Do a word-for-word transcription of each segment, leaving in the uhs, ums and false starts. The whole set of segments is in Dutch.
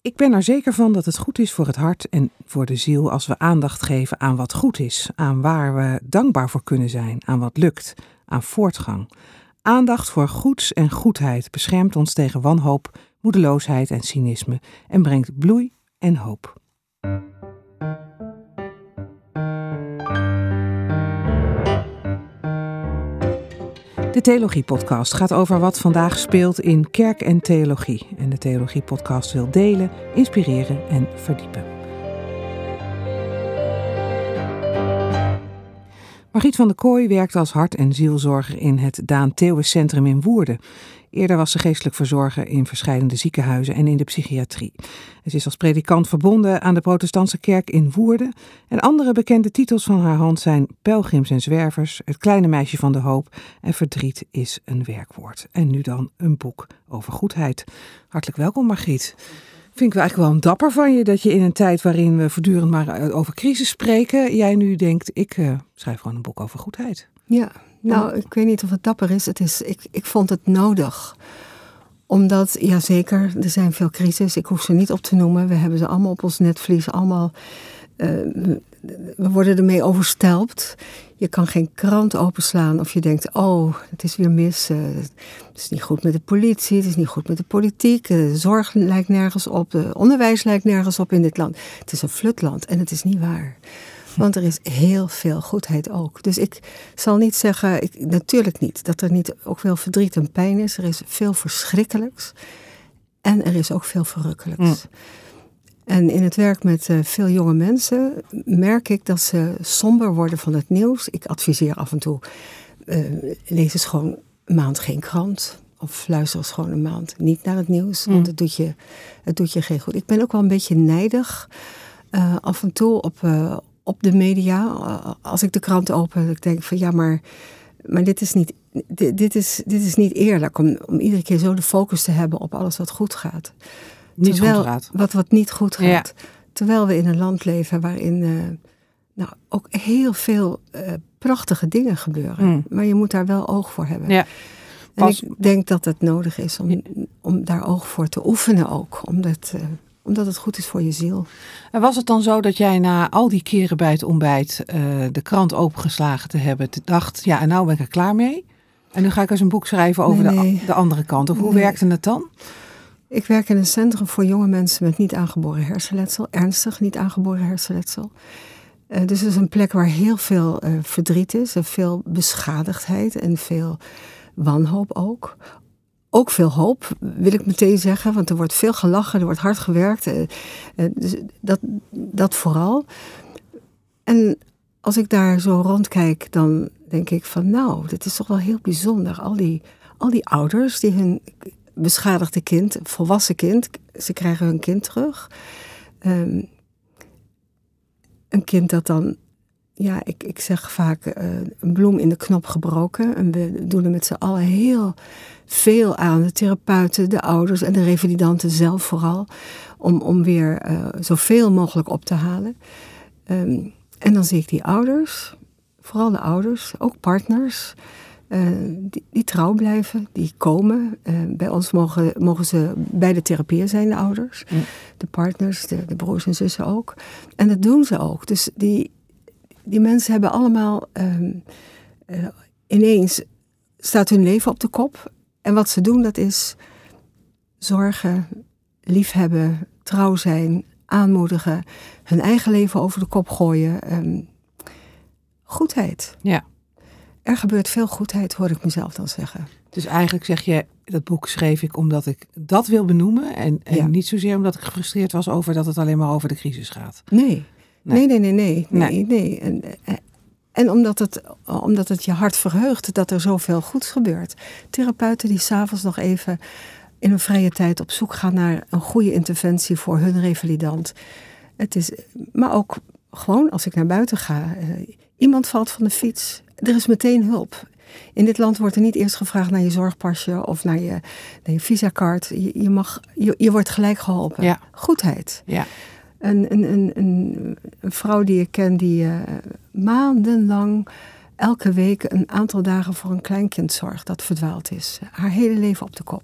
Ik ben er zeker van dat het goed is voor het hart en voor de ziel als we aandacht geven aan wat goed is, aan waar we dankbaar voor kunnen zijn, aan wat lukt, aan voortgang. Aandacht voor goeds en goedheid beschermt ons tegen wanhoop, moedeloosheid en cynisme en brengt bloei en hoop. De Theologie-podcast gaat over wat vandaag speelt in kerk en theologie. En de Theologie-podcast wil delen, inspireren en verdiepen. Margriet van der Kooi werkt als hart- en zielzorger in het Daan Theeuwis Centrum in Woerden. Eerder was ze geestelijk verzorger in verschillende ziekenhuizen en in de psychiatrie. Ze is als predikant verbonden aan de protestantse kerk in Woerden. En andere bekende titels van haar hand zijn Pelgrims en Zwervers, Het kleine meisje van de hoop en Verdriet is een werkwoord. En nu dan een boek over goedheid. Hartelijk welkom, Margriet. Vind ik wel eigenlijk wel een dapper van je dat je in een tijd waarin we voortdurend maar over crisis spreken, jij nu denkt, ik uh, schrijf gewoon een boek over goedheid. Ja, nou, ik weet niet of het dapper is. Het is ik, ik vond het nodig. Omdat, ja zeker, er zijn veel crises. Ik hoef ze niet op te noemen. We hebben ze allemaal op ons netvlies. Allemaal, uh, we worden ermee overstelpt. Je kan geen krant openslaan of je denkt, oh, het is weer mis. Uh, het is niet goed met de politie, het is niet goed met de politiek. De zorg lijkt nergens op, de onderwijs lijkt nergens op in dit land. Het is een flutland en het is niet waar. Want er is heel veel goedheid ook. Dus ik zal niet zeggen, ik, natuurlijk niet, dat er niet ook veel verdriet en pijn is. Er is veel verschrikkelijks. En er is ook veel verrukkelijks. Mm. En in het werk met uh, veel jonge mensen merk ik dat ze somber worden van het nieuws. Ik adviseer af en toe, uh, lees eens gewoon een maand geen krant. Of luister eens gewoon een maand niet naar het nieuws. Mm. Want het doet, je, het doet je geen goed. Ik ben ook wel een beetje nijdig uh, af en toe op... Uh, op de media, als ik de krant open, ik denk van ja, maar, maar dit is niet, dit, dit is, dit is niet eerlijk om, om iedere keer zo de focus te hebben op alles wat goed gaat. Niet Terwijl, goed gaat. Wat, wat niet goed gaat. Ja. Terwijl we in een land leven waarin uh, nou, ook heel veel uh, prachtige dingen gebeuren. Mm. Maar je moet daar wel oog voor hebben. Ja. Pas... En ik denk dat het nodig is om, om daar oog voor te oefenen ook. Omdat... Uh, Omdat het goed is voor je ziel. En was het dan zo dat jij na al die keren bij het ontbijt uh, de krant opengeslagen te hebben, dacht, ja, en nou ben ik er klaar mee? En nu ga ik eens een boek schrijven over nee, nee. De, de andere kant. Of hoe nee. werkte het dan? Ik werk in een centrum voor jonge mensen met niet aangeboren hersenletsel. Ernstig niet aangeboren hersenletsel. Uh, dus het is een plek waar heel veel uh, verdriet is. En veel beschadigdheid en veel wanhoop ook. Ook veel hoop, wil ik meteen zeggen. Want er wordt veel gelachen, er wordt hard gewerkt. Uh, uh, dus dat, dat vooral. En als ik daar zo rondkijk, dan denk ik van... nou, dit is toch wel heel bijzonder. Al die, al die ouders die hun beschadigde kind, volwassen kind... ze krijgen hun kind terug. Um, een kind dat dan... Ja, ik, ik zeg vaak uh, een bloem in de knop gebroken. En we doen er met z'n allen heel veel aan. De therapeuten, de ouders en de revalidanten zelf vooral. Om, om weer uh, zoveel mogelijk op te halen. Um, en dan zie ik die ouders, vooral de ouders, ook partners... Uh, die, die trouw blijven, die komen. Uh, bij ons mogen, mogen ze bij de therapieën zijn, de ouders. Ja. De partners, de, de broers en zussen ook. En dat doen ze ook. Dus die... Die mensen hebben allemaal, um, uh, ineens staat hun leven op de kop. En wat ze doen, dat is zorgen, liefhebben, trouw zijn, aanmoedigen. Hun eigen leven over de kop gooien. Um, goedheid. Ja. Er gebeurt veel goedheid, hoor ik mezelf dan zeggen. Dus eigenlijk zeg je, dat boek schreef ik omdat ik dat wil benoemen. En, en ja. niet zozeer omdat ik gefrustreerd was over dat het alleen maar over de crisis gaat. Nee. Nee, nee, nee, nee, nee, nee. nee. En, en omdat, het, omdat het je hart verheugt dat er zoveel goeds gebeurt. Therapeuten die 's avonds nog even in hun vrije tijd op zoek gaan naar een goede interventie voor hun revalidant. Het is, maar ook gewoon als ik naar buiten ga. Uh, iemand valt van de fiets. Er is meteen hulp. In dit land wordt er niet eerst gevraagd naar je zorgpasje of naar je, naar je visakaart. Je, je, mag, je, je wordt gelijk geholpen. Ja. Goedheid. Ja. Een, een, een, een, een vrouw die ik ken die uh, maandenlang elke week een aantal dagen voor een kleinkind zorgt dat verdwaald is. Haar hele leven op de kop.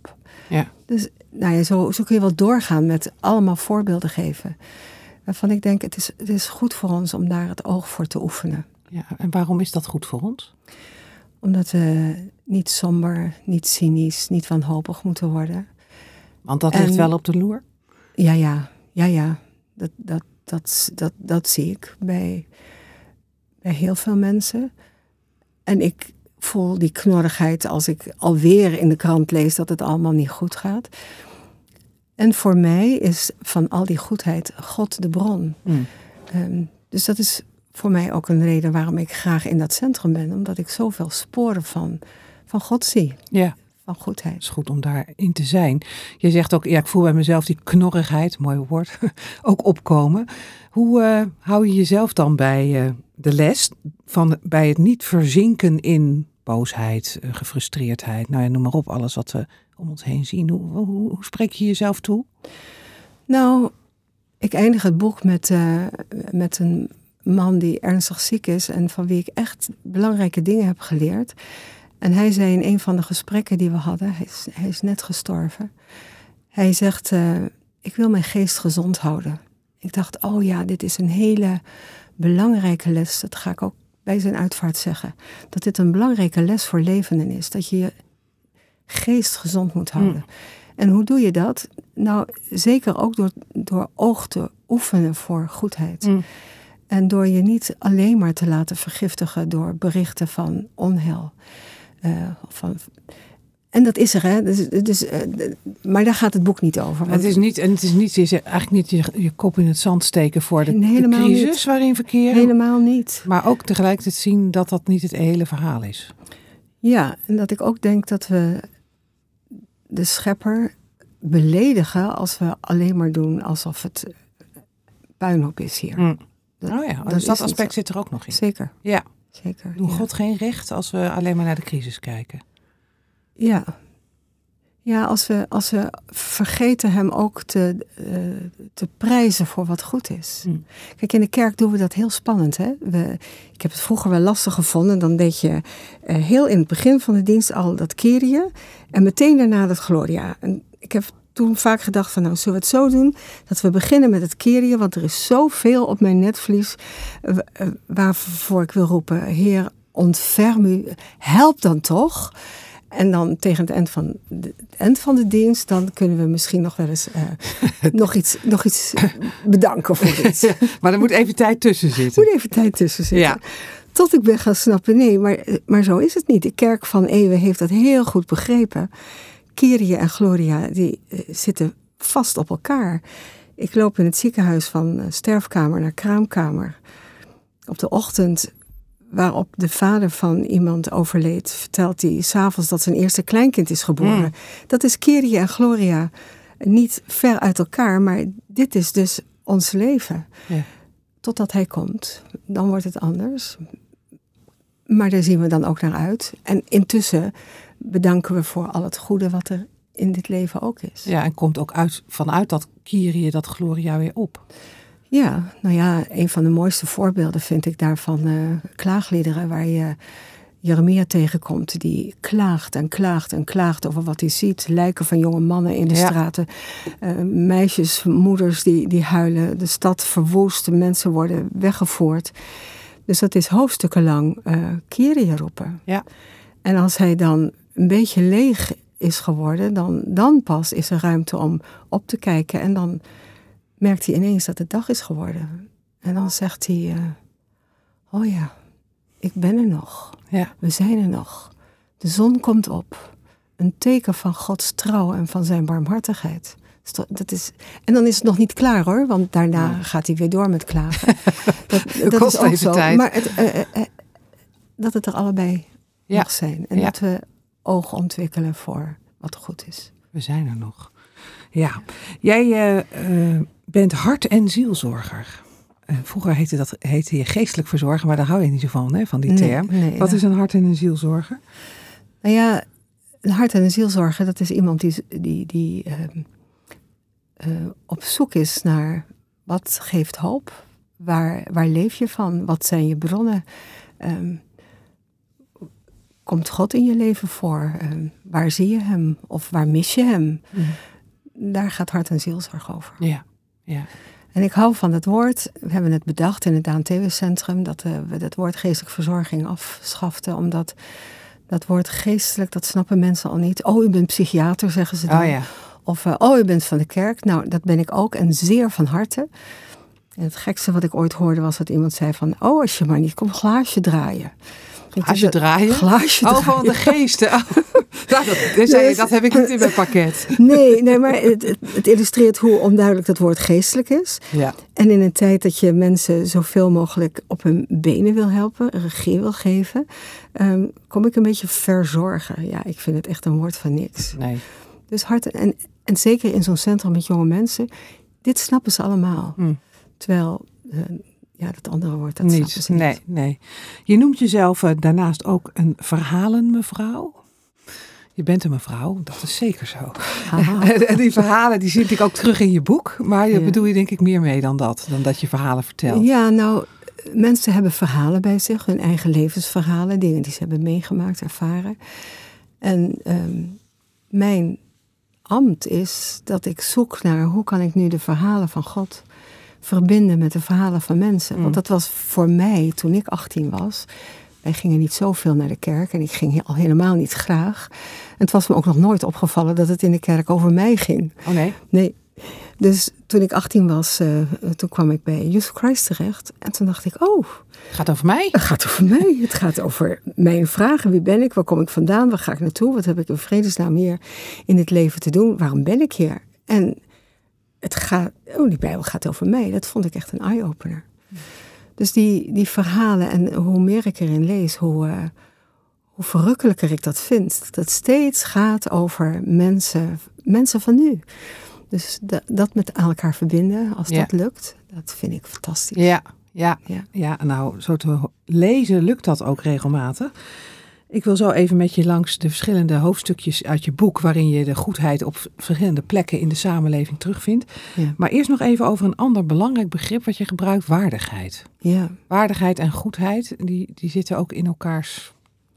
Ja. Dus nou ja, zo, zo kun je wel doorgaan met allemaal voorbeelden geven. Waarvan ik denk, het is, het is goed voor ons om daar het oog voor te oefenen. Ja, en waarom is dat goed voor ons? Omdat we niet somber, niet cynisch, niet wanhopig moeten worden. Want dat en, ligt wel op de loer? Ja, ja, ja, ja. Dat, dat, dat, dat, dat zie ik bij, bij heel veel mensen. En ik voel die knorrigheid als ik alweer in de krant lees dat het allemaal niet goed gaat. En voor mij is van al die goedheid God de bron. Mm. Um, dus dat is voor mij ook een reden waarom ik graag in dat centrum ben. Omdat ik zoveel sporen van, van God zie. Ja. Van goedheid. Het is goed om daarin te zijn. Je zegt ook, ja, ik voel bij mezelf die knorrigheid, mooi woord, ook opkomen. Hoe uh, hou je jezelf dan bij uh, de les, van, bij het niet verzinken in boosheid, uh, gefrustreerdheid, nou ja, noem maar op, alles wat we om ons heen zien. Hoe, hoe, hoe spreek je jezelf toe? Nou, ik eindig het boek met, uh, met een man die ernstig ziek is en van wie ik echt belangrijke dingen heb geleerd. En hij zei in een van de gesprekken die we hadden, hij is, hij is net gestorven. Hij zegt, uh, ik wil mijn geest gezond houden. Ik dacht, oh ja, dit is een hele belangrijke les. Dat ga ik ook bij zijn uitvaart zeggen. Dat dit een belangrijke les voor levenden is. Dat je je geest gezond moet houden. Mm. En hoe doe je dat? Nou, zeker ook door, door oog te oefenen voor goedheid. Mm. En door je niet alleen maar te laten vergiftigen door berichten van onheil. Uh, van, en dat is er, hè. Dus, dus, uh, maar daar gaat het boek niet over. Want het is niet, en het is niet, je zegt eigenlijk niet je, je kop in het zand steken voor de, nee, de crisis niet. waarin verkeren. Helemaal niet. Maar ook tegelijkertijd zien dat dat niet het hele verhaal is. Ja, en dat ik ook denk dat we de schepper beledigen als we alleen maar doen alsof het puinhoop is hier. Mm. Dat, oh ja, dus dat aspect zit er ook nog in. Zeker. Ja. Zeker. Doe ja. God geen recht als we alleen maar naar de crisis kijken? Ja. Ja, als we, als we vergeten hem ook te, uh, te prijzen voor wat goed is. Mm. Kijk, in de kerk doen we dat heel spannend. Hè? We, ik heb het vroeger wel lastig gevonden. Dan deed je uh, heel in het begin van de dienst al dat Kyrie. En meteen daarna dat Gloria. En ik heb toen vaak gedacht van, nou, zullen we het zo doen? Dat we beginnen met het Kyrie. Want er is zoveel op mijn netvlies uh, uh, waarvoor ik wil roepen. Heer, ontferm u. Help dan toch. En dan tegen het eind van de, het eind van de dienst, dan kunnen we misschien nog wel eens uh, nog, iets, nog iets bedanken voor iets. Ja, maar er moet even tijd tussen zitten. Er moet even tijd tussen zitten. Ja. Tot ik ben gaan snappen, nee, maar, maar zo is het niet. De kerk van Eeuwen heeft dat heel goed begrepen. Kyrie en Gloria, die uh, zitten vast op elkaar. Ik loop in het ziekenhuis van uh, sterfkamer naar kraamkamer. Op de ochtend waarop de vader van iemand overleed, vertelt hij 's avonds dat zijn eerste kleinkind is geboren. Mm. Dat is Kyrie en Gloria. Niet ver uit elkaar, maar dit is dus ons leven. Ja. Totdat hij komt. Dan wordt het anders. Maar daar zien we dan ook naar uit. En intussen bedanken we voor al het goede wat er in dit leven ook is. Ja, en komt ook uit, vanuit dat Kyrie, dat Gloria weer op. Ja, nou ja, een van de mooiste voorbeelden vind ik daarvan uh, klaagliederen waar je Jeremia tegenkomt. Die klaagt en klaagt en klaagt over wat hij ziet. Lijken van jonge mannen in de ja. straten. Uh, meisjes, moeders die, die huilen. De stad verwoest, de mensen worden weggevoerd. Dus dat is hoofdstukken uh, Kyrie roepen. Ja. En als hij dan een beetje leeg is geworden, dan, dan pas is er ruimte om op te kijken. En dan merkt hij ineens dat het dag is geworden. En dan zegt hij, uh, oh ja, ik ben er nog. Ja. We zijn er nog. De zon komt op. Een teken van Gods trouw en van zijn barmhartigheid. Dat is, en dan is het nog niet klaar hoor, want daarna ja. gaat hij weer door met klagen. Dat, dat is ook zo. Tijd. Maar het, uh, uh, uh, dat het er allebei ja. mag zijn. En ja. dat we oog ontwikkelen voor wat goed is. We zijn er nog. Ja, jij uh, uh, bent hart- en zielzorger. Uh, vroeger heette, dat, heette je geestelijk verzorger, maar daar hou je niet zo van, hè, van die term. Nee, nee, wat ja. is een hart- en een zielzorger? Nou ja, een hart- en een zielzorger, dat is iemand die, die, die uh, uh, op zoek is naar wat geeft hoop. Waar, waar leef je van? Wat zijn je bronnen? Um, komt God in je leven voor? Uh, waar zie je hem? Of waar mis je hem? Mm. Daar gaat hart- en zielzorg over. Ja, ja. En ik hou van het woord. We hebben het bedacht in het Daan Theeuwis Centrum dat uh, we het woord geestelijke verzorging afschaften. Omdat dat woord geestelijk, dat snappen mensen al niet. Oh, u bent psychiater, zeggen ze dan. Oh, ja. Of, uh, oh, u bent van de kerk. Nou, dat ben ik ook en zeer van harte. En het gekste wat ik ooit hoorde was dat iemand zei van... oh, als je maar niet komt, glaasje draaien. Glaasje draaien? Glaasje oh, draaien. van de geesten. Oh, dat, dat, dat, dat heb ik niet in mijn pakket. Nee, nee maar het, het, het illustreert hoe onduidelijk dat woord geestelijk is. Ja. En in een tijd dat je mensen zoveel mogelijk op hun benen wil helpen, regie wil geven... Um, kom ik een beetje verzorgen. Ja, ik vind het echt een woord van niks. Nee. Dus hart en, en zeker in zo'n centrum met jonge mensen, dit snappen ze allemaal. Hmm. Terwijl... Uh, Ja, dat andere woord, dat niet. Ze nee, niet. Nee, je noemt jezelf uh, daarnaast ook een verhalenmevrouw. Je bent een mevrouw, dat is zeker zo. En die verhalen, die zie ik ook terug in je boek. Maar je ja. bedoel je denk ik meer mee dan dat, dan dat je verhalen vertelt. Ja, nou, mensen hebben verhalen bij zich, hun eigen levensverhalen, dingen die ze hebben meegemaakt, ervaren. En um, mijn ambt is dat ik zoek naar hoe kan ik nu de verhalen van God verbinden met de verhalen van mensen. Mm. Want dat was voor mij, toen ik achttien was... wij gingen niet zoveel naar de kerk en ik ging al helemaal niet graag. En het was me ook nog nooit opgevallen dat het in de kerk over mij ging. Oh nee? Nee. Dus toen ik achttien was, uh, toen kwam ik bij Youth for Christ terecht. En toen dacht ik, oh... Het gaat over mij? Het gaat over mij. Het gaat over mijn vragen. Wie ben ik? Waar kom ik vandaan? Waar ga ik naartoe? Wat heb ik in vredesnaam hier in dit leven te doen? Waarom ben ik hier? En... Het gaat, oh, die Bijbel gaat over mij. Dat vond ik echt een eye-opener. Dus die, die verhalen en hoe meer ik erin lees, hoe, uh, hoe verrukkelijker ik dat vind. Dat het steeds gaat over mensen, mensen van nu. Dus de, dat met aan elkaar verbinden, als ja. dat lukt, dat vind ik fantastisch. Ja, ja, ja. ja, nou, zo te lezen lukt dat ook regelmatig. Ik wil zo even met je langs de verschillende hoofdstukjes uit je boek, waarin je de goedheid op verschillende plekken in de samenleving terugvindt. Ja. Maar eerst nog even over een ander belangrijk begrip wat je gebruikt, waardigheid. Ja. Waardigheid en goedheid, die, die zitten ook in elkaars,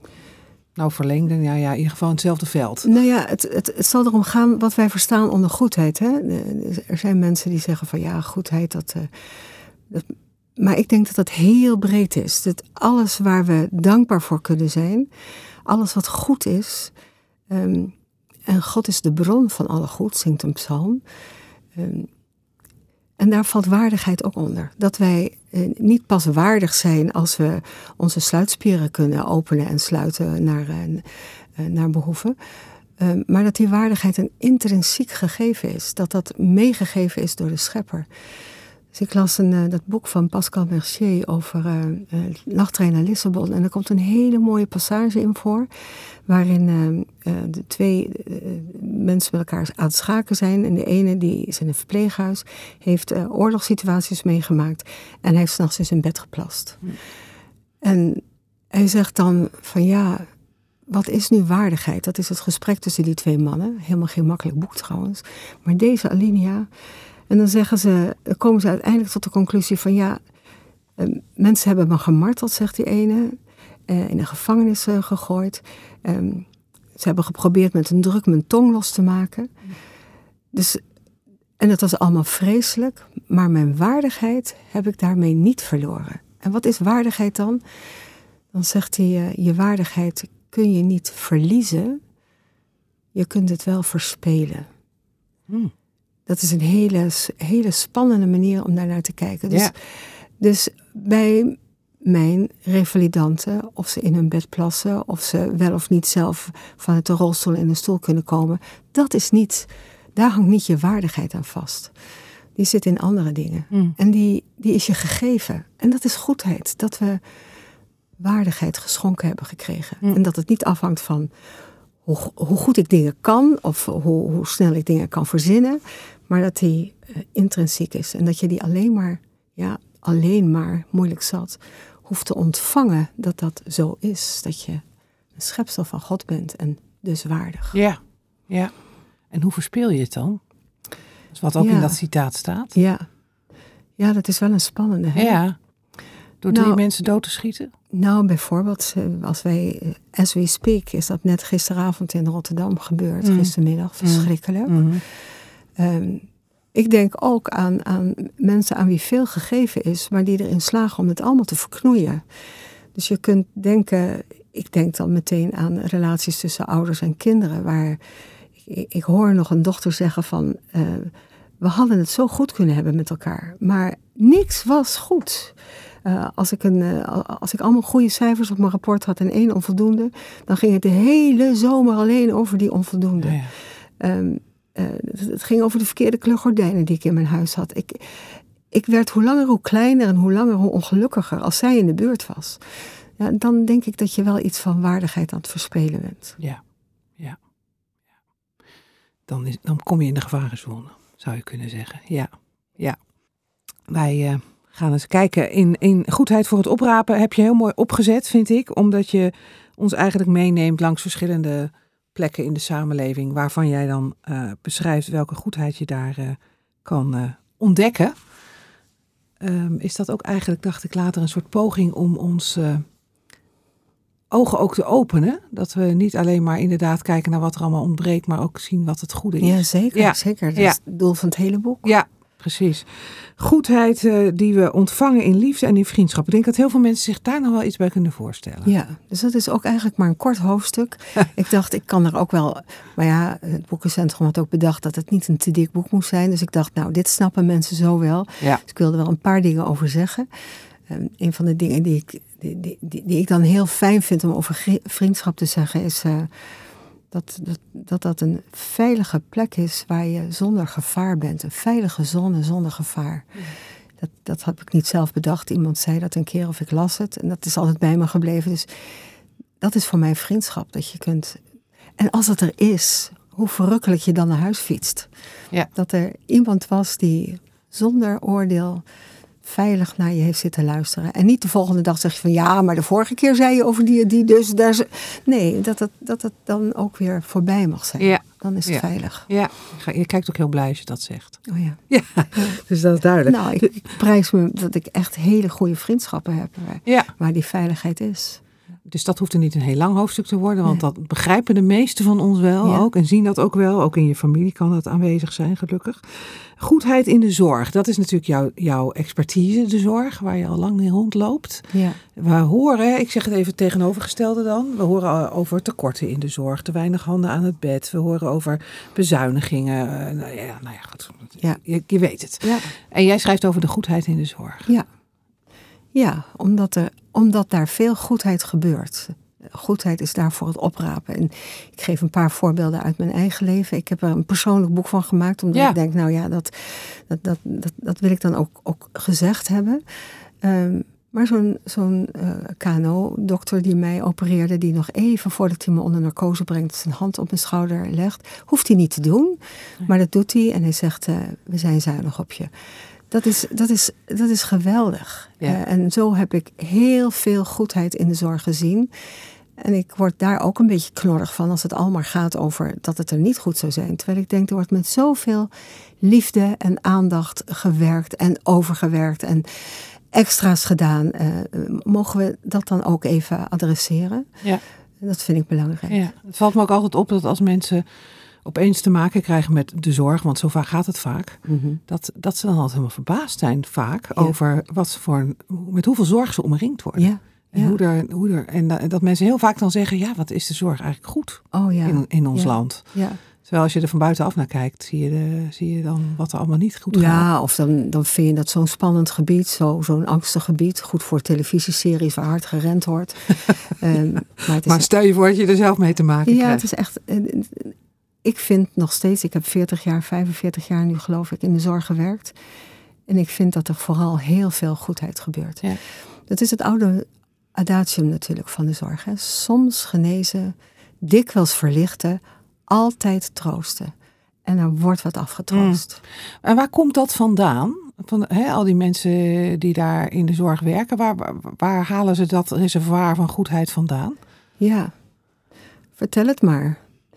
nou verlengde, ja, ja, in ieder geval in hetzelfde veld. Nou ja, het, het, het zal erom gaan wat wij verstaan onder goedheid. Hè? Er zijn mensen die zeggen van ja, goedheid, dat... Uh, dat Maar ik denk dat dat heel breed is. Dat alles waar we dankbaar voor kunnen zijn, alles wat goed is, um, en God is de bron van alle goed, zingt een psalm. Um, en daar valt waardigheid ook onder. Dat wij uh, niet pas waardig zijn als we onze sluitspieren kunnen openen en sluiten naar, uh, naar behoeven. Um, maar dat die waardigheid een intrinsiek gegeven is. Dat dat meegegeven is door de schepper. Dus ik las een, uh, dat boek van Pascal Mercier over uh, uh, nachttrein naar Lissabon. En er komt een hele mooie passage in voor. Waarin uh, uh, de twee uh, mensen met elkaar aan het schaken zijn. En de ene, die is in een verpleeghuis, heeft uh, oorlogssituaties meegemaakt. En hij heeft 's nachts in zijn bed geplast. Hm. En hij zegt dan van ja, wat is nu waardigheid? Dat is het gesprek tussen die twee mannen. Helemaal geen makkelijk boek trouwens. Maar deze alinea... En dan zeggen ze, dan komen ze uiteindelijk tot de conclusie van ja, uh, mensen hebben me gemarteld, zegt die ene, uh, in een gevangenis uh, gegooid. Um, ze hebben geprobeerd met een druk mijn tong los te maken. Dus, en dat was allemaal vreselijk, maar mijn waardigheid heb ik daarmee niet verloren. En wat is waardigheid dan? Dan zegt hij, uh, je waardigheid kun je niet verliezen, je kunt het wel verspelen. Hmm. Dat is een hele, hele spannende manier om daarnaar te kijken. Dus, ja. dus bij mijn revalidanten, of ze in hun bed plassen, of ze wel of niet zelf vanuit de rolstoel in een stoel kunnen komen, dat is niet, daar hangt niet je waardigheid aan vast. Die zit in andere dingen. Mm. En die, die is je gegeven. En dat is goedheid. Dat we waardigheid geschonken hebben gekregen. Mm. En dat het niet afhangt van hoe, hoe goed ik dingen kan, of hoe, hoe snel ik dingen kan verzinnen, maar dat die uh, intrinsiek is. En dat je die alleen maar, ja, alleen maar, moeilijk zat, hoeft te ontvangen dat dat zo is. Dat je een schepsel van God bent en dus waardig. Ja, ja. En hoe verspeel je het dan? Dus wat ook ja. in dat citaat staat. Ja. Ja, dat is wel een spannende. Hè? Ja. Door drie nou, mensen dood te schieten? Nou, bijvoorbeeld, als wij, as we speak, is dat net gisteravond in Rotterdam gebeurd. Mm. Gistermiddag, verschrikkelijk. Mm. Um, ik denk ook aan, aan mensen aan wie veel gegeven is, maar die erin slagen om het allemaal te verknoeien. Dus je kunt denken, ik denk dan meteen aan relaties tussen ouders en kinderen, waar ik, ik hoor nog een dochter zeggen van, uh, we hadden het zo goed kunnen hebben met elkaar, maar niks was goed. Uh, als, ik een, uh, als ik allemaal goede cijfers op mijn rapport had en één onvoldoende, dan ging het de hele zomer alleen over die onvoldoende. Ja, ja. Um, uh, het ging over de verkeerde kleur gordijnen die ik in mijn huis had. Ik, ik werd hoe langer hoe kleiner en hoe langer hoe ongelukkiger als zij in de buurt was. Ja, dan denk ik dat je wel iets van waardigheid aan het verspelen bent. Ja, ja. ja. Dan, is, dan kom je in de gevarenzone, zou je kunnen zeggen. Ja, ja. Wij... Uh... gaan eens kijken. In, in Goedheid voor het oprapen heb je heel mooi opgezet, vind ik. Omdat je ons eigenlijk meeneemt langs verschillende plekken in de samenleving. Waarvan jij dan uh, beschrijft welke goedheid je daar uh, kan uh, ontdekken. Um, is dat ook eigenlijk, dacht ik later, een soort poging om ons uh, ogen ook te openen. Dat we niet alleen maar inderdaad kijken naar wat er allemaal ontbreekt. Maar ook zien wat het goede is. Ja, zeker. Ja. zeker. Dat ja. is het doel van het hele boek. Ja. Precies. Goedheid uh, die we ontvangen in liefde en in vriendschap. Ik denk dat heel veel mensen zich daar nog wel iets bij kunnen voorstellen. Ja, dus dat is ook eigenlijk maar een kort hoofdstuk. Ik dacht, ik kan er ook wel... Maar ja, het Boekencentrum had ook bedacht dat het niet een te dik boek moest zijn. Dus ik dacht, nou, dit snappen mensen zo wel. Ja. Dus ik wilde er wel een paar dingen over zeggen. Um, een van de dingen die ik, die, die, die, die ik dan heel fijn vind om over vriendschap te zeggen is... Uh, Dat dat, dat dat een veilige plek is waar je zonder gevaar bent. Een veilige zone zonder gevaar. Ja. Dat, dat had ik niet zelf bedacht. Iemand zei dat een keer of ik las het. En dat is altijd bij me gebleven. Dus dat is voor mij vriendschap. Dat je kunt... En als het er is, hoe verrukkelijk je dan naar huis fietst. Ja. Dat er iemand was die zonder oordeel... veilig naar je heeft zitten luisteren. En niet de volgende dag zeg je van... ja, maar de vorige keer zei je over die en die, dus daar... Ze... Nee, dat het, dat het dan ook weer voorbij mag zijn. Ja. Dan is het ja. veilig. Ja, je kijkt ook heel blij als je dat zegt. Oh ja. Ja, ja. Dus dat is duidelijk. Nou, ik, ik prijs me dat ik echt hele goede vriendschappen heb... waar, ja. waar die veiligheid is. Dus dat hoeft er niet een heel lang hoofdstuk te worden... want nee. dat begrijpen de meesten van ons wel ja. ook... en zien dat ook wel. Ook in je familie kan dat aanwezig zijn, gelukkig. Goedheid in de zorg, dat is natuurlijk jouw, jouw expertise, de zorg... waar je al lang in rondloopt. Ja. We horen, ik zeg het even het tegenovergestelde dan... we horen over tekorten in de zorg, te weinig handen aan het bed... we horen over bezuinigingen. Nou ja, nou ja goed, ja. Je, je weet het. Ja. En jij schrijft over de goedheid in de zorg. Ja. Ja, omdat, er, omdat daar veel goedheid gebeurt. Goedheid is daar voor het oprapen. En ik geef een paar voorbeelden uit mijn eigen leven. Ik heb er een persoonlijk boek van gemaakt. Omdat ja. ik denk, nou ja, dat, dat, dat, dat, dat wil ik dan ook, ook gezegd hebben. Um, maar zo'n, zo'n uh, K N O-dokter die mij opereerde... die nog even voordat hij me onder narcose brengt... zijn hand op mijn schouder legt... hoeft hij niet te doen. Nee. Maar dat doet hij. En hij zegt, uh, we zijn zuinig op je. Dat is, dat is, dat is geweldig. Ja. Uh, en zo heb ik heel veel goedheid in de zorg gezien. En ik word daar ook een beetje knorrig van... als het allemaal gaat over dat het er niet goed zou zijn. Terwijl ik denk, er wordt met zoveel liefde en aandacht gewerkt... en overgewerkt en extra's gedaan. Uh, mogen we dat dan ook even adresseren? Ja. Dat vind ik belangrijk. Ja. Het valt me ook altijd op dat als mensen... opeens te maken krijgen met de zorg, want zo vaak gaat het vaak, mm-hmm. dat, dat ze dan altijd helemaal verbaasd zijn vaak ja. over wat voor, met hoeveel zorg ze omringd worden. Ja. En, ja. hoe er, hoe er, en dat mensen heel vaak dan zeggen, ja, wat is de zorg eigenlijk goed oh, ja. in, in ons ja. land. Ja. Terwijl als je er van buitenaf naar kijkt, zie je, de, zie je dan wat er allemaal niet goed gaat. Ja, of dan, dan vind je dat zo'n spannend gebied, zo, zo'n angstig gebied. Goed voor televisieseries waar hard gerend wordt. um, maar het is maar stel je voor dat je er zelf mee te maken ja, krijgt. Ja, het is echt... Uh, Ik vind nog steeds, ik heb veertig jaar, vijfenveertig jaar nu geloof ik in de zorg gewerkt. En ik vind dat er vooral heel veel goedheid gebeurt. Ja. Dat is het oude adagium natuurlijk van de zorg. Hè. Soms genezen, dikwijls verlichten, altijd troosten. En er wordt wat afgetroost. Mm. En waar komt dat vandaan? Van, hè, al die mensen die daar in de zorg werken, waar, waar, waar halen ze dat reservoir van goedheid vandaan? Ja, vertel het maar.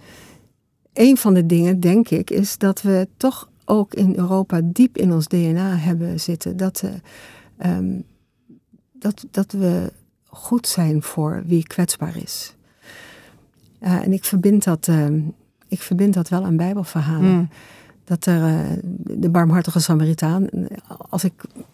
Een van de dingen, denk ik, is dat we toch ook in Europa diep in ons D N A hebben zitten. Dat, uh, um, dat, dat we goed zijn voor wie kwetsbaar is. Uh, en ik verbind dat, uh, ik verbind dat wel aan Bijbelverhalen. Mm. Dat er uh, de barmhartige Samaritaan, als ik,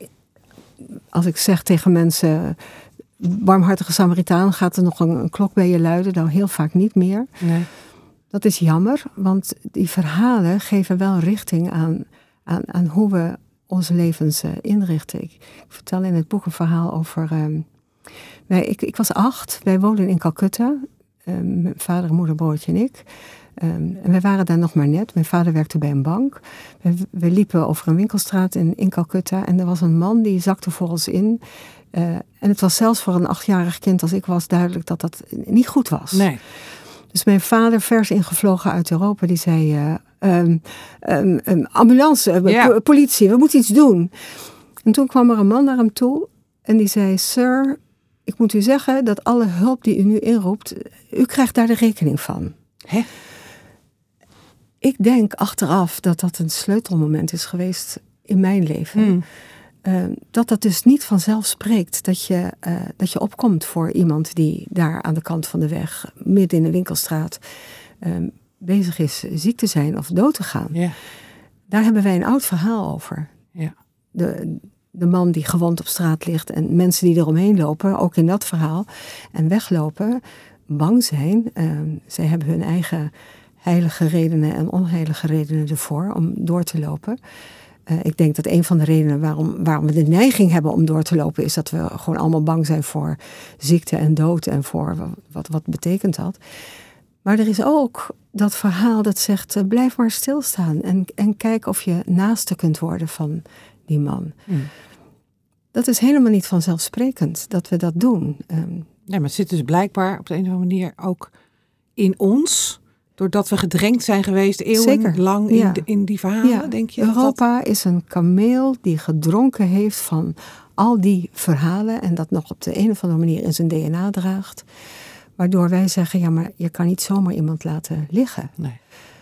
als ik zeg tegen mensen, barmhartige Samaritaan, gaat er nog een, een klok bij je luiden? Nou, heel vaak niet meer. Nee. Dat is jammer, want die verhalen geven wel richting aan, aan, aan hoe we onze levens uh, inrichten. Ik, ik vertel in het boek een verhaal over... Um, wij, ik, ik was acht, wij woonden in Calcutta. Um, mijn vader, moeder, broertje en ik. Um, en wij waren daar nog maar net. Mijn vader werkte bij een bank. We, we liepen over een winkelstraat in, in Calcutta. En er was een man die zakte voor ons in. Uh, en het was zelfs voor een achtjarig kind als ik was duidelijk dat dat niet goed was. Nee. Dus mijn vader, vers ingevlogen uit Europa, die zei... Uh, um, um, um, ambulance, uh, ja. po- politie, we moeten iets doen. En toen kwam er een man naar hem toe en die zei... Sir, ik moet u zeggen dat alle hulp die u nu inroept... u krijgt daar de rekening van. Hè? Ik denk achteraf dat dat een sleutelmoment is geweest in mijn leven. Hmm. Uh, dat dat dus niet vanzelf spreekt. Dat je, uh, dat je opkomt voor iemand die daar aan de kant van de weg... midden in de winkelstraat uh, bezig is ziek te zijn of dood te gaan. Yeah. Daar hebben wij een oud verhaal over. Yeah. De, de man die gewond op straat ligt en mensen die eromheen lopen, ook in dat verhaal, en weglopen, bang zijn. Uh, zij hebben hun eigen heilige redenen en onheilige redenen ervoor om door te lopen. Uh, ik denk dat een van de redenen waarom, waarom we de neiging hebben om door te lopen... is dat we gewoon allemaal bang zijn voor ziekte en dood en voor wat, wat betekent dat. Maar er is ook dat verhaal dat zegt, uh, blijf maar stilstaan en, en kijk of je naaste kunt worden van die man. Hmm. Dat is helemaal niet vanzelfsprekend dat we dat doen. Um, ja, maar het zit dus blijkbaar op de een of andere manier ook in ons... Doordat we gedrenkt zijn geweest eeuwenlang ja. in, de, in die verhalen, ja. denk je? Europa dat... is een kameel die gedronken heeft van al die verhalen... en dat nog op de een of andere manier in zijn D N A draagt. Waardoor wij zeggen, ja, maar je kan niet zomaar iemand laten liggen. Nee.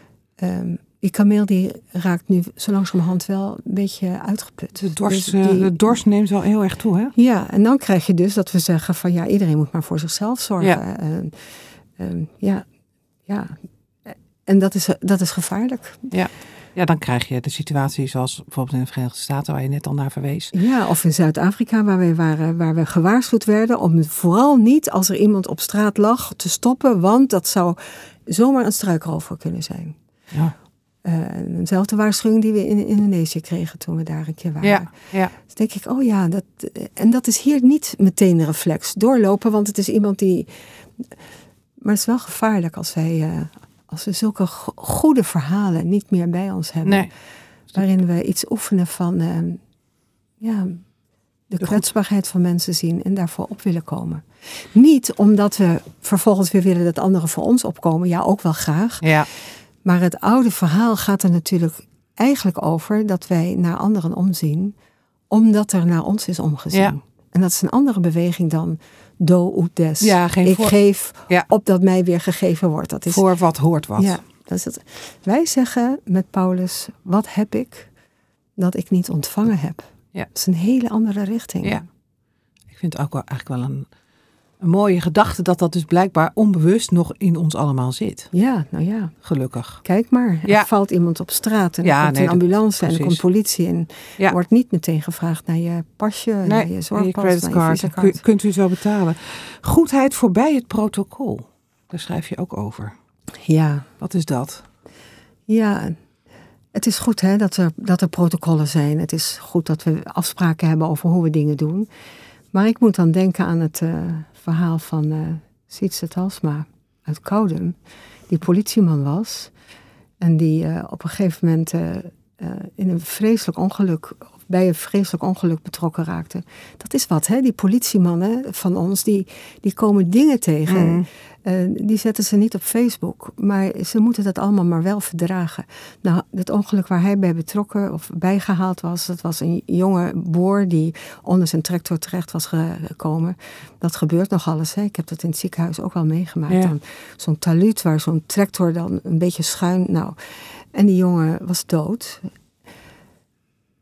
Um, die kameel die raakt nu zo langzamerhand wel een beetje uitgeput. De dorst, dus die, de dorst neemt wel heel erg toe, hè? Ja, en dan krijg je dus dat we zeggen van... ja, iedereen moet maar voor zichzelf zorgen. Ja, um, um, ja, ja... En dat is, dat is gevaarlijk. Ja. ja, dan krijg je de situatie zoals bijvoorbeeld in de Verenigde Staten... waar je net al naar verwees. Ja, of in Zuid-Afrika waar we, waren, waar we gewaarschuwd werden... om vooral niet als er iemand op straat lag te stoppen... want dat zou zomaar een struikrover kunnen zijn. Ja. Uh, eenzelfde waarschuwing die we in Indonesië kregen toen we daar een keer waren. Ja, ja. Dus denk ik, oh ja, dat, en dat is hier niet meteen een reflex. Doorlopen, want het is iemand die... Maar het is wel gevaarlijk als wij... Uh, Als we zulke go- goede verhalen niet meer bij ons hebben. Nee. Waarin we iets oefenen van uh, ja, de, de kwetsbaarheid goed. van mensen zien. En daarvoor op willen komen. Niet omdat we vervolgens weer willen dat anderen voor ons opkomen. Ja, ook wel graag. Ja. Maar het oude verhaal gaat er natuurlijk eigenlijk over dat wij naar anderen omzien. Omdat er naar ons is omgezien. Ja. En dat is een andere beweging dan... do ut des. Ja, geen ik voor... geef ja. opdat mij weer gegeven wordt. Dat is... Voor wat hoort wat. Ja, dat is het. Wij zeggen met Paulus, wat heb ik dat ik niet ontvangen heb? Ja. Dat is een hele andere richting. Ja. Ik vind het ook wel, eigenlijk wel een, een mooie gedachte dat dat dus blijkbaar onbewust nog in ons allemaal zit. Ja, nou ja. Gelukkig. Kijk maar, er ja. valt iemand op straat en ja, er komt nee, een ambulance dat, en er komt politie. En ja. wordt niet meteen gevraagd naar je pasje, nee, naar je zorgpas, je naar je visakaart. Kun, kunt u zo betalen. Goedheid voorbij het protocol. Daar schrijf je ook over. Ja. Wat is dat? Ja, het is goed hè, dat, er, dat er protocollen zijn. Het is goed dat we afspraken hebben over hoe we dingen doen. Maar ik moet dan denken aan het uh, verhaal van uh, Sietse Talsma uit Koudem. Die politieman was. En die uh, op een gegeven moment uh, uh, in een vreselijk ongeluk... bij een vreselijk ongeluk betrokken raakte. Dat is wat, hè? Die politiemannen van ons, die, die komen dingen tegen. Mm. Uh, die zetten ze niet op Facebook. Maar ze moeten dat allemaal maar wel verdragen. Nou, het ongeluk waar hij bij betrokken of bijgehaald was... dat was een jonge boer die onder zijn tractor terecht was gekomen. Dat gebeurt nog alles, hè? Ik heb dat in het ziekenhuis ook wel meegemaakt. Ja. Dan zo'n taluut waar zo'n tractor dan een beetje schuin... Nou, en die jongen was dood...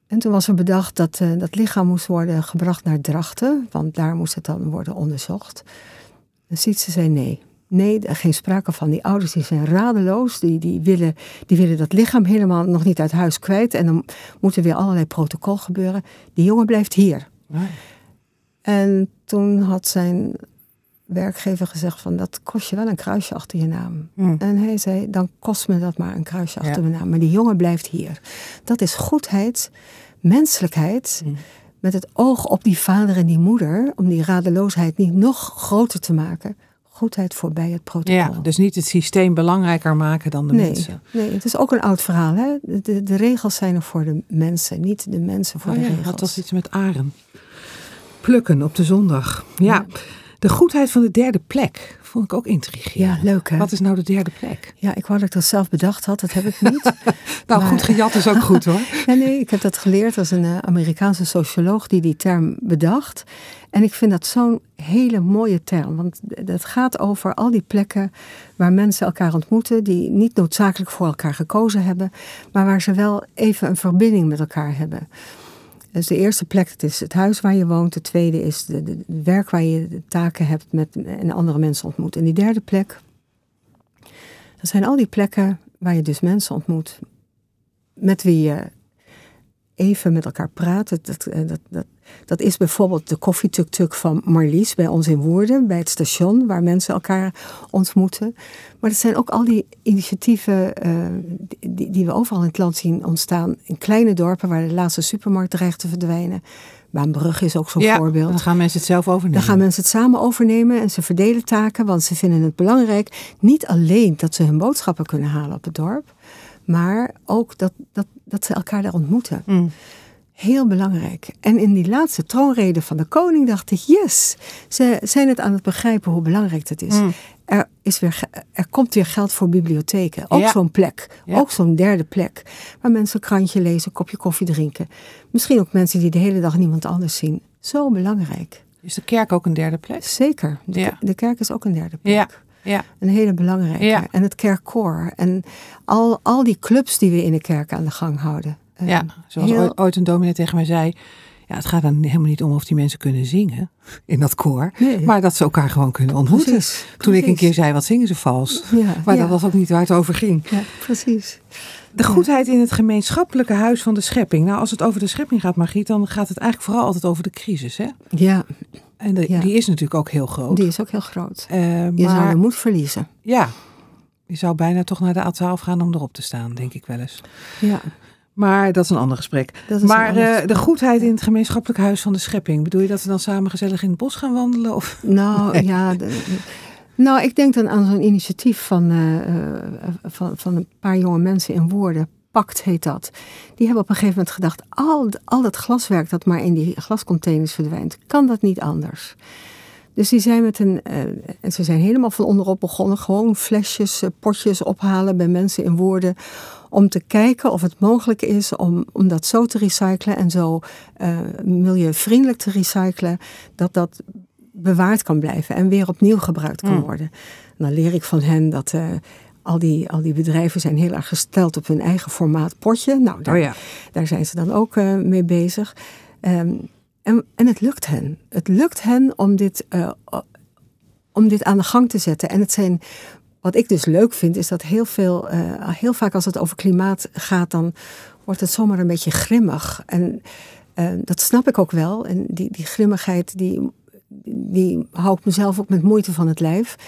En toen was er bedacht dat uh, dat lichaam moest worden gebracht naar Drachten. Want daar moest het dan worden onderzocht. En Sietse zei nee. Nee, er geen sprake van. Die ouders die zijn radeloos. Die, die, willen, die willen dat lichaam helemaal nog niet uit huis kwijt. En dan moet er weer allerlei protocol gebeuren. Die jongen blijft hier. Nee. En toen had zijn werkgever gezegd van dat kost je wel een kruisje achter je naam. Mm. En hij zei, dan kost me dat maar een kruisje achter ja. mijn naam. Maar die jongen blijft hier. Dat is goedheid, menselijkheid, mm. met het oog op die vader en die moeder, om die radeloosheid niet nog groter te maken. Goedheid voorbij het protocol. Ja, dus niet het systeem belangrijker maken dan de nee, mensen. Nee, het is ook een oud verhaal. Hè? De, de regels zijn er voor de mensen, niet de mensen voor oh, de ja, regels. Dat was iets met aren. Plukken op de zondag. Ja. ja. De goedheid van de derde plek vond ik ook intrigerend. Ja, leuk hè? Wat is nou de derde plek? Ja, ik wou dat ik dat zelf bedacht had. Dat heb ik niet. nou, maar... goed gejat is ook goed hoor. ja, nee, ik heb dat geleerd als een uh, Amerikaanse socioloog die die term bedacht. En ik vind dat zo'n hele mooie term. Want het gaat over al die plekken waar mensen elkaar ontmoeten. Die niet noodzakelijk voor elkaar gekozen hebben. Maar waar ze wel even een verbinding met elkaar hebben. Dus de eerste plek, het is het huis waar je woont. De tweede is de, de, de werk waar je de taken hebt met, en andere mensen ontmoet. En die derde plek, dat zijn al die plekken waar je dus mensen ontmoet. Met wie je even met elkaar praat. Dat, dat, dat, dat, dat is bijvoorbeeld de koffietuk-tuk van Marlies bij ons in Woerden. Bij het station waar mensen elkaar ontmoeten. Maar het zijn ook al die initiatieven uh, die, die we overal in het land zien ontstaan. In kleine dorpen waar de laatste supermarkt dreigt te verdwijnen. Baanbrug is ook zo'n ja, voorbeeld. Dan gaan mensen het zelf overnemen. Dan gaan mensen het samen overnemen en ze verdelen taken. Want ze vinden het belangrijk. Niet alleen dat ze hun boodschappen kunnen halen op het dorp. Maar ook dat, dat, dat ze elkaar daar ontmoeten. Mm. Heel belangrijk. En in die laatste troonrede van de koning dacht ik, yes, ze zijn het aan het begrijpen hoe belangrijk dat is. Mm. Er, is weer, er komt weer geld voor bibliotheken. Ook ja. zo'n plek. Ja. Ook zo'n derde plek. Waar mensen een krantje lezen, een kopje koffie drinken. Misschien ook mensen die de hele dag niemand anders zien. Zo belangrijk. Is de kerk ook een derde plek? Zeker. De, ja. de kerk is ook een derde plek. Ja. Ja. Een hele belangrijke. Ja. En het kerkkoor. En al, al die clubs die we in de kerk aan de gang houden. Ja, zoals heel... ooit een dominee tegen mij zei. Ja, het gaat dan helemaal niet om of die mensen kunnen zingen in dat koor. Nee. Maar dat ze elkaar gewoon kunnen ontmoeten. Precies, Toen precies. ik een keer zei, wat zingen ze vals? Ja, maar ja. dat was ook niet waar het over ging. Ja, precies. De goedheid in het gemeenschappelijke huis van de schepping. Nou, als het over de schepping gaat, Margriet, dan gaat het eigenlijk vooral altijd over de crisis, hè? Ja. En de, ja. die is natuurlijk ook heel groot. Die is ook heel groot. Uh, maar, je zou de moed verliezen. Ja. Je zou bijna toch naar de A twaalf gaan om erop te staan, denk ik wel eens. Ja. Maar dat is een ander gesprek. Maar ander gesprek. Uh, de goedheid in het gemeenschappelijk huis van de schepping. Bedoel je dat we dan samen gezellig in het bos gaan wandelen? Of? Nou, nee. ja... De, de, nou, ik denk dan aan zo'n initiatief van, uh, uh, van, van een paar jonge mensen in Woerden. Pact heet dat. Die hebben op een gegeven moment gedacht, al, al dat glaswerk dat maar in die glascontainers verdwijnt, kan dat niet anders? Dus die zijn met een, uh, en ze zijn helemaal van onderop begonnen, gewoon flesjes, uh, potjes ophalen bij mensen in Woerden, om te kijken of het mogelijk is om, om dat zo te recyclen en zo uh, milieuvriendelijk te recyclen, dat dat bewaard kan blijven en weer opnieuw gebruikt kan worden. En dan leer ik van hen dat uh, al, die, al die bedrijven zijn heel erg gesteld op hun eigen formaat potje. Nou, daar, oh ja. daar zijn ze dan ook uh, mee bezig. Um, en, en het lukt hen. Het lukt hen om dit, uh, om dit aan de gang te zetten. En het zijn, wat ik dus leuk vind, is dat heel veel, uh, heel vaak als het over klimaat gaat, dan wordt het zomaar een beetje grimmig. En uh, dat snap ik ook wel. En die, die grimmigheid, die, die hou ik mezelf ook met moeite van het lijf.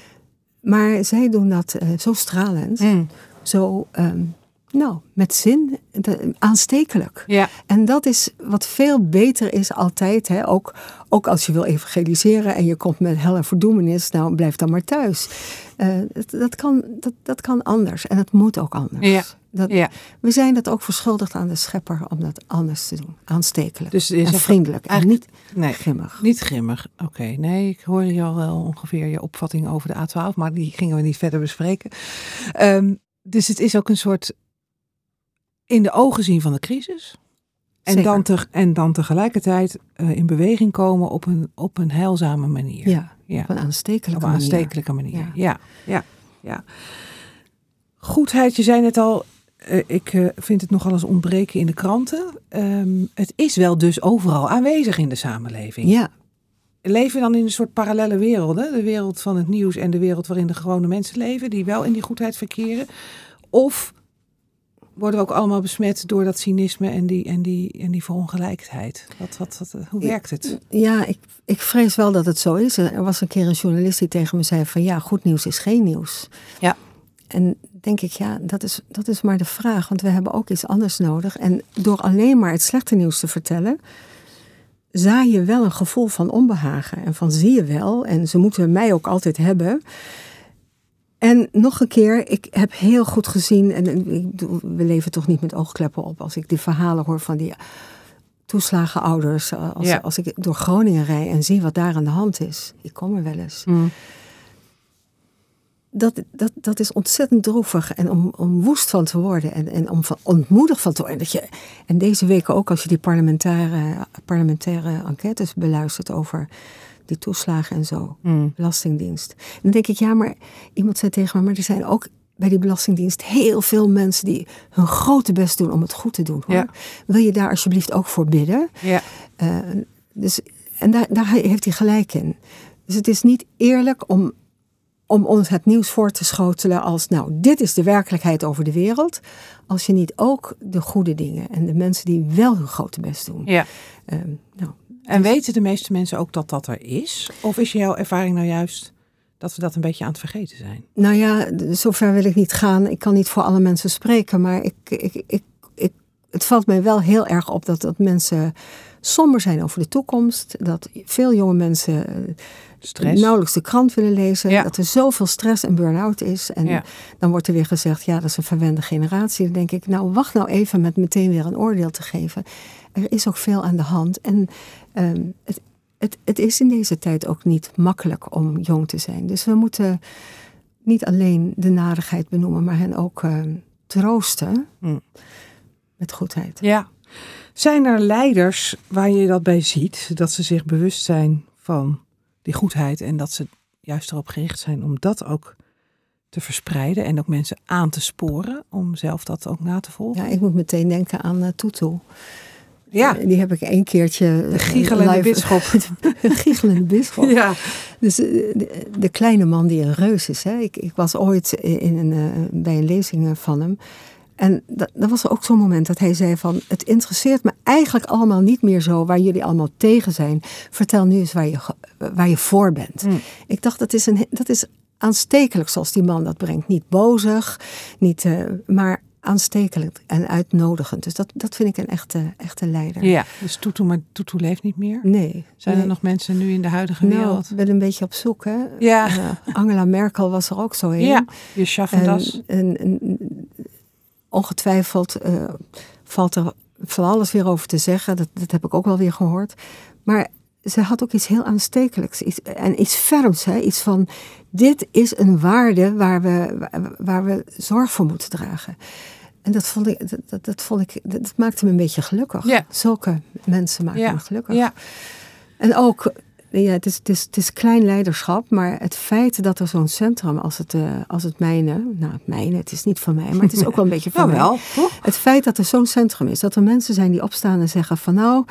Maar zij doen dat uh, zo stralend, mm. zo um, nou, met zin, de, aanstekelijk. Ja. En dat is wat veel beter is altijd. Hè? Ook, ook als je wil evangeliseren en je komt met hel en verdoemenis, nou blijf dan maar thuis. Uh, dat, dat, kan, dat, dat kan anders en het moet ook anders. Ja. Dat, ja. We zijn dat ook verschuldigd aan de schepper om dat anders te doen. Aanstekelijk dus en vriendelijk en niet nee, grimmig. Niet grimmig, oké. Okay. Nee, ik hoor je al wel ongeveer je opvatting over de A twaalf, maar die gingen we niet verder bespreken. Um, dus het is ook een soort in de ogen zien van de crisis. En, dan, te, en dan tegelijkertijd uh, in beweging komen op een, op een heilzame manier. Ja, ja. op een aanstekelijke manier. Op een aanstekelijke manier, ja. ja, ja, ja. Goedheid, je zei net al, uh, ik uh, vind het nogal eens ontbreken in de kranten. Um, het is wel dus overal aanwezig in de samenleving. Ja. Leven we dan in een soort parallelle werelden? De wereld van het nieuws en de wereld waarin de gewone mensen leven, die wel in die goedheid verkeren? Of worden we ook allemaal besmet door dat cynisme en die, en die, en die verongelijkheid? Wat, wat, wat, hoe werkt het? Ja, ik, ik vrees wel dat het zo is. Er was een keer een journalist die tegen me zei van ja, goed nieuws is geen nieuws. Ja. En denk ik, ja, dat is, dat is maar de vraag. Want we hebben ook iets anders nodig. En door alleen maar het slechte nieuws te vertellen, zaai je wel een gevoel van onbehagen. En van zie je wel. En ze moeten mij ook altijd hebben. En nog een keer, ik heb heel goed gezien, en we leven toch niet met oogkleppen op, als ik die verhalen hoor van die toeslagenouders, als, ja. als ik door Groningen rij en zie wat daar aan de hand is. Ik kom er wel eens. Mm. Dat, dat, dat is ontzettend droevig en om, om woest van te worden en, en om van, ontmoedigd van te worden. Dat je, en deze weken ook, als je die parlementaire, parlementaire enquêtes beluistert over die toeslagen en zo, mm. Belastingdienst. En dan denk ik, ja, maar iemand zei tegen me, maar er zijn ook bij die Belastingdienst heel veel mensen die hun grote best doen om het goed te doen. Hoor. Ja. Wil je daar alsjeblieft ook voor bidden? Ja. Uh, dus, en daar, daar heeft hij gelijk in. Dus het is niet eerlijk om, om ons het nieuws voor te schotelen als, nou, dit is de werkelijkheid over de wereld, als je niet ook de goede dingen en de mensen die wel hun grote best doen. Ja. Uh, nou, En weten de meeste mensen ook dat dat er is? Of is jouw ervaring nou juist dat we dat een beetje aan het vergeten zijn? Nou ja, zover wil ik niet gaan. Ik kan niet voor alle mensen spreken. Maar ik, ik, ik, ik, het valt mij wel heel erg op dat, dat mensen somber zijn over de toekomst. Dat veel jonge mensen stress. nauwelijks de krant willen lezen. Ja. Dat er zoveel stress en burn-out is. En ja. dan wordt er weer gezegd, ja, dat is een verwende generatie. Dan denk ik, nou, wacht nou even met meteen weer een oordeel te geven. Er is ook veel aan de hand. En um, het, het, het is in deze tijd ook niet makkelijk om jong te zijn. Dus we moeten niet alleen de narigheid benoemen, maar hen ook uh, troosten mm. met goedheid. Ja. Zijn er leiders waar je dat bij ziet, dat ze zich bewust zijn van die goedheid en dat ze juist erop gericht zijn om dat ook te verspreiden en ook mensen aan te sporen om zelf dat ook na te volgen? Ja, ik moet meteen denken aan uh, Tutu. Ja. Die heb ik een keertje... De giechelende live, bisschop. De giechelende bisschop. Ja. Dus de, de kleine man die een reus is. Hè. Ik, ik was ooit in een, uh, bij een lezing van hem. En dat, dat was ook zo'n moment dat hij zei van, het interesseert me eigenlijk allemaal niet meer zo waar jullie allemaal tegen zijn. Vertel nu eens waar je, waar je voor bent. Mm. Ik dacht, dat is, een, dat is aanstekelijk zoals die man dat brengt. Niet bozig, niet, uh, maar aanstekelijk en uitnodigend. Dus dat, dat vind ik een echte, echte leider. Ja, dus Tutu, maar Tutu leeft niet meer? Nee. Zijn nee. er nog mensen nu in de huidige nou, wereld? Ik ben een beetje op zoek, hè. Ja. Uh, Angela Merkel was er ook zo in. Ja, je schaffen das. En, en, en ongetwijfeld uh, valt er van alles weer over te zeggen. Dat, dat heb ik ook wel weer gehoord. Maar ze had ook iets heel aanstekelijks. Iets, en iets ferms. Hè? Iets van, dit is een waarde waar we, waar, waar we zorg voor moeten dragen. En dat vond ik, dat, dat, dat, vond ik, dat maakte me een beetje gelukkig. Ja. Zulke mensen maken ja. me gelukkig. Ja. En ook, ja, het, is, het, is, het is klein leiderschap, maar het feit dat er zo'n centrum als het, uh, als het mijne, nou het mijne, het is niet van mij, maar het is ook wel een beetje van nou, mij. Wel, toch? Het feit dat er zo'n centrum is, dat er mensen zijn die opstaan en zeggen van nou,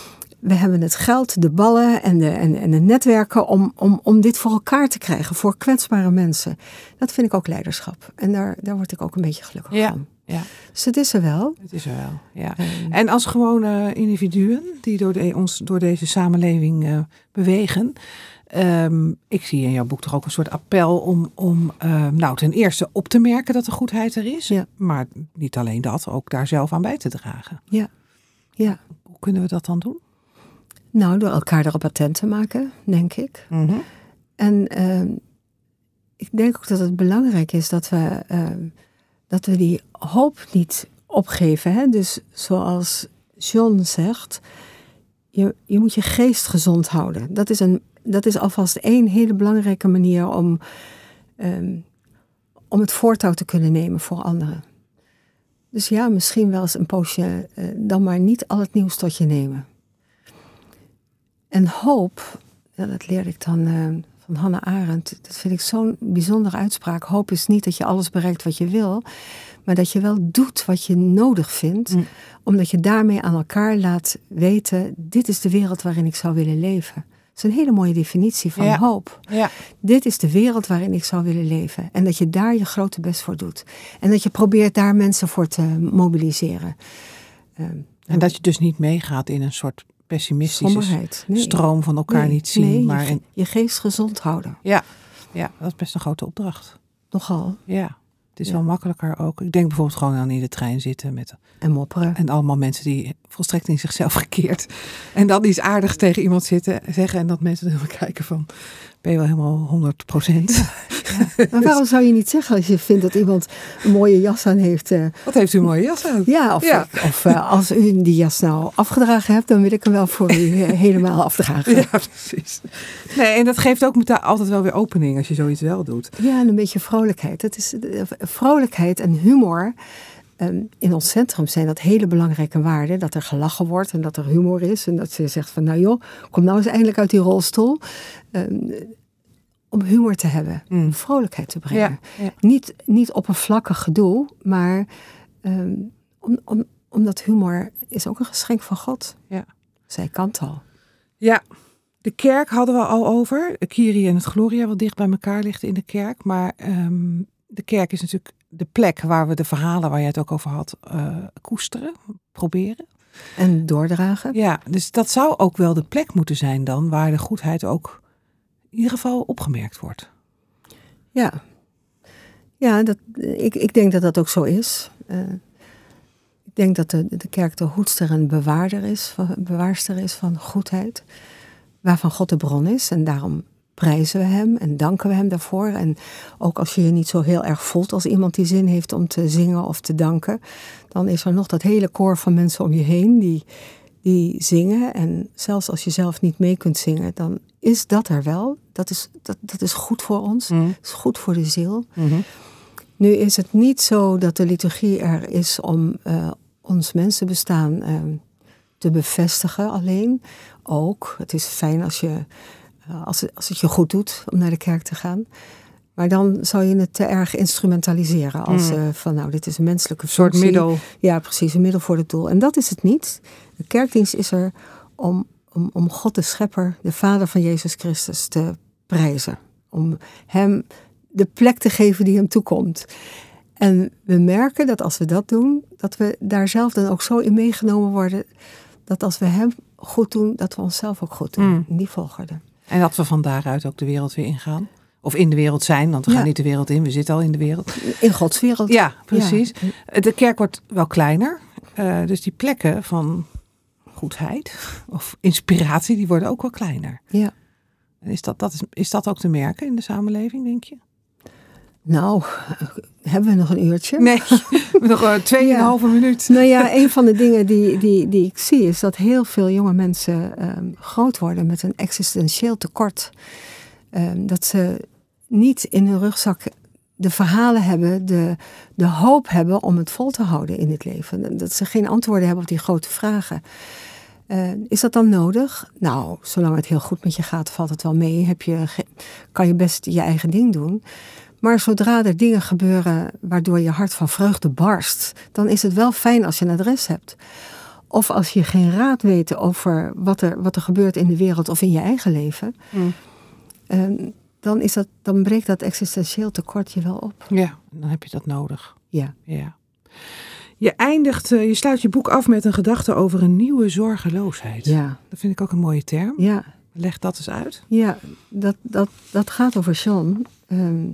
we hebben het geld, de ballen en de, en, en de netwerken om, om, om dit voor elkaar te krijgen, voor kwetsbare mensen. Dat vind ik ook leiderschap. En daar, daar word ik ook een beetje gelukkig ja. van. Ja. Dus het is er wel. Het is er wel, ja. Um, en als gewone individuen die door de, ons door deze samenleving uh, bewegen. Um, ik zie in jouw boek toch ook een soort appel om, om uh, nou, ten eerste op te merken dat de goedheid er is. Ja. Maar niet alleen dat, ook daar zelf aan bij te dragen. Ja. Ja. Hoe kunnen we dat dan doen? Nou, door elkaar erop attent te maken, denk ik. Mm-hmm. En uh, ik denk ook dat het belangrijk is dat we... Uh, dat we die hoop niet opgeven. Hè? Dus zoals John zegt, je, je moet je geest gezond houden. Dat is, een, dat is alvast één hele belangrijke manier om, um, om het voortouw te kunnen nemen voor anderen. Dus ja, misschien wel eens een poosje uh, dan maar niet al het nieuws tot je nemen. En hoop, ja, dat leerde ik dan uh, van Hannah Arendt. Dat vind ik zo'n bijzondere uitspraak. Hoop is niet dat je alles bereikt wat je wil, maar dat je wel doet wat je nodig vindt, mm. omdat je daarmee aan elkaar laat weten, dit is de wereld waarin ik zou willen leven. Dat is een hele mooie definitie van ja. hoop. Ja. Dit is de wereld waarin ik zou willen leven. En dat je daar je grote best voor doet. En dat je probeert daar mensen voor te mobiliseren. Um, en dat je dus niet meegaat in een soort pessimistische nee. stroom van elkaar nee, niet zien. Nee, maar je, in... je geest gezond houden. Ja. ja, dat is best een grote opdracht. Nogal. Ja, het is ja. wel makkelijker ook. Ik denk bijvoorbeeld gewoon aan in de trein zitten. Met, en mopperen. En allemaal mensen die volstrekt in zichzelf gekeerd. En dan iets aardigs tegen iemand zitten zeggen. En dat mensen dan kijken van, ben je wel helemaal honderd procent? Ja. Ja. Maar waarom zou je niet zeggen als je vindt dat iemand een mooie jas aan heeft? Uh... Wat heeft u een mooie jas aan? Ja, of, ja. of uh, als u die jas nou afgedragen hebt, dan wil ik hem wel voor u uh, helemaal afdragen. Ja, precies. Nee, en dat geeft ook met altijd wel weer opening als je zoiets wel doet. Ja, en een beetje vrolijkheid. Het is, uh, vrolijkheid en humor um, in ons centrum zijn dat hele belangrijke waarden. Dat er gelachen wordt en dat er humor is. En dat ze zegt van, nou joh, kom nou eens eindelijk uit die rolstoel. Um, Om humor te hebben, mm. vrolijkheid te brengen. Ja, ja. Niet, niet oppervlakkig gedoe, maar um, om, om, omdat humor is ook een geschenk van God. Ja. Zij kan het al. Ja, de kerk hadden we al over. Kyrie en het Gloria, wat dicht bij elkaar ligt in de kerk. Maar um, de kerk is natuurlijk de plek waar we de verhalen waar jij het ook over had, uh, koesteren, proberen. En doordragen. Ja, dus dat zou ook wel de plek moeten zijn dan, waar de goedheid ook in ieder geval opgemerkt wordt. Ja, ja dat, ik, ik denk dat dat ook zo is. Uh, ik denk dat de, de kerk de hoedster en bewaarder is, bewaarster is van goedheid. Waarvan God de bron is. En daarom prijzen we hem en danken we hem daarvoor. En ook als je je niet zo heel erg voelt als iemand die zin heeft om te zingen of te danken, dan is er nog dat hele koor van mensen om je heen die, die zingen. En zelfs als je zelf niet mee kunt zingen, dan is dat er wel. Dat is, dat, dat is goed voor ons. Mm. Dat is goed voor de ziel. Mm-hmm. Nu is het niet zo dat de liturgie er is om uh, ons mensenbestaan uh, te bevestigen alleen. Ook. Het is fijn als, je, uh, als, het, als het je goed doet om naar de kerk te gaan. Maar dan zou je het te erg instrumentaliseren. Als mm. uh, van nou, dit is een menselijke een soort middel. Ja, precies. Een middel voor het doel. En dat is het niet. De kerkdienst is er om... Om, om God de schepper, de vader van Jezus Christus, te prijzen. Om hem de plek te geven die hem toekomt. En we merken dat als we dat doen, dat we daar zelf dan ook zo in meegenomen worden, dat als we hem goed doen, dat we onszelf ook goed doen. Mm. In die volgorde. En dat we van daaruit ook de wereld weer ingaan. Of in de wereld zijn, want we gaan ja. niet de wereld in, we zitten al in de wereld. In Gods wereld. Ja, precies. Ja. De kerk wordt wel kleiner. Uh, dus die plekken van goedheid of inspiratie, die worden ook wel kleiner. Ja. Is dat, dat is, is dat ook te merken in de samenleving, denk je? Nou, hebben we nog een uurtje? Nee, nog uh, tweeënhalve ja. minuut. Nou ja, een van de dingen die, die, die ik zie is dat heel veel jonge mensen um, groot worden met een existentieel tekort. Um, dat ze niet in hun rugzak de verhalen hebben, de, de hoop hebben om het vol te houden in het leven. Dat ze geen antwoorden hebben op die grote vragen. Uh, is dat dan nodig? Nou, zolang het heel goed met je gaat, valt het wel mee. Heb je, kan je best je eigen ding doen. Maar zodra er dingen gebeuren waardoor je hart van vreugde barst, dan is het wel fijn als je een adres hebt. Of als je geen raad weet over wat er, wat er gebeurt in de wereld of in je eigen leven, mm. uh, dan, is dat, dan breekt dat existentieel tekort je wel op. Ja, dan heb je dat nodig. Ja. ja. Je eindigt, je sluit je boek af met een gedachte over een nieuwe zorgeloosheid. Ja. Dat vind ik ook een mooie term. Ja. Leg dat eens uit. Ja, dat, dat, dat gaat over John, um,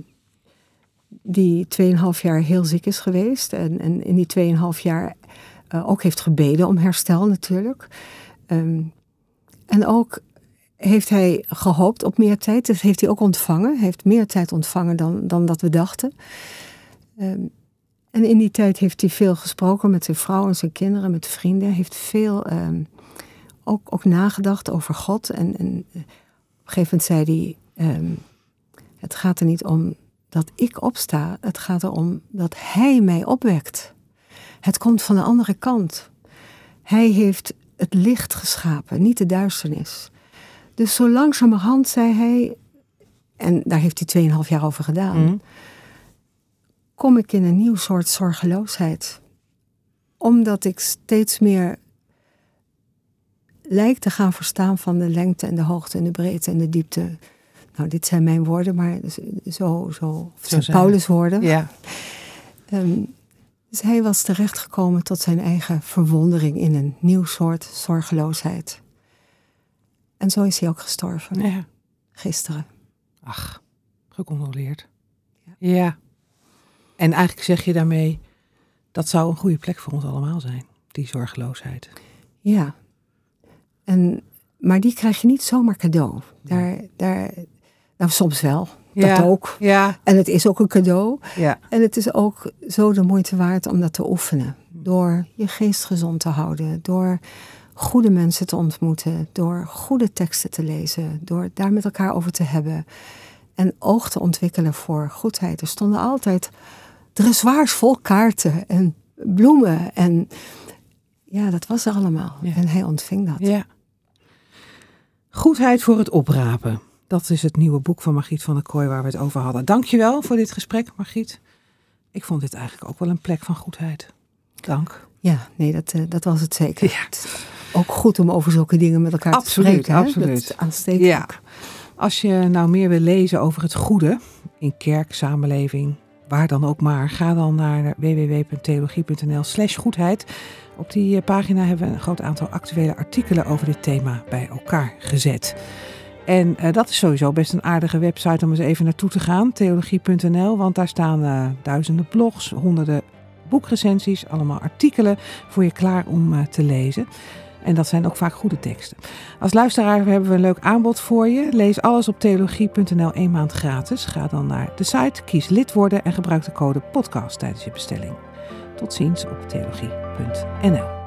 die tweeënhalf jaar heel ziek is geweest. En, en in die tweeënhalf jaar uh, ook heeft gebeden om herstel natuurlijk. Um, en ook heeft hij gehoopt op meer tijd. Dat heeft hij ook ontvangen. Hij heeft meer tijd ontvangen dan, dan dat we dachten. Um, En in die tijd heeft hij veel gesproken met zijn vrouw en zijn kinderen, met vrienden. Hij heeft veel um, ook, ook nagedacht over God. En, en op een gegeven moment zei hij, um, het gaat er niet om dat ik opsta. Het gaat erom dat hij mij opwekt. Het komt van de andere kant. Hij heeft het licht geschapen, niet de duisternis. Dus zo langzamerhand, zei hij, en daar heeft hij tweeënhalf jaar over gedaan. Mm. Kom ik in een nieuw soort zorgeloosheid. Omdat ik steeds meer lijk te gaan verstaan van de lengte en de hoogte en de breedte en de diepte. Nou, dit zijn mijn woorden, maar zo, zo, zo zijn Paulus' woorden. Ja. Um, dus hij was terechtgekomen tot zijn eigen verwondering in een nieuw soort zorgeloosheid. En zo is hij ook gestorven. Ja. Gisteren. Ach, gecondoleerd. Ja. ja. En eigenlijk zeg je daarmee, dat zou een goede plek voor ons allemaal zijn, die zorgeloosheid. Ja. En, maar die krijg je niet zomaar cadeau. Daar, daar, nou, soms wel. Ja. Dat ook. Ja. En het is ook een cadeau. Ja. En het is ook zo de moeite waard om dat te oefenen. Door je geest gezond te houden. Door goede mensen te ontmoeten. Door goede teksten te lezen. Door daar met elkaar over te hebben. En oog te ontwikkelen voor goedheid. Er stonden altijd dressoirs vol kaarten en bloemen. En ja, dat was er allemaal. Ja. En hij ontving dat. Ja. Goedheid voor het oprapen. Dat is het nieuwe boek van Margriet van der Kooi waar we het over hadden. Dankjewel voor dit gesprek, Margriet. Ik vond dit eigenlijk ook wel een plek van goedheid. Dank. Ja, nee, dat, uh, dat was het zeker. Ja. Het is ook goed om over zulke dingen met elkaar absoluut, te spreken. Hè? Absoluut, Dat is aanstekelijk. Ja. Als je nou meer wil lezen over het goede in kerk, samenleving, waar dan ook maar, ga dan naar w w w punt theologie punt n l slash goedheid. Op die pagina hebben we een groot aantal actuele artikelen over dit thema bij elkaar gezet. En uh, dat is sowieso best een aardige website om eens even naartoe te gaan, theologie punt n l, want daar staan uh, duizenden blogs, honderden boekrecensies, allemaal artikelen voor je klaar om uh, te lezen. En dat zijn ook vaak goede teksten. Als luisteraar hebben we een leuk aanbod voor je. Lees alles op theologie punt n l één maand gratis. Ga dan naar de site, kies lid worden en gebruik de code podcast tijdens je bestelling. Tot ziens op theologie punt n l.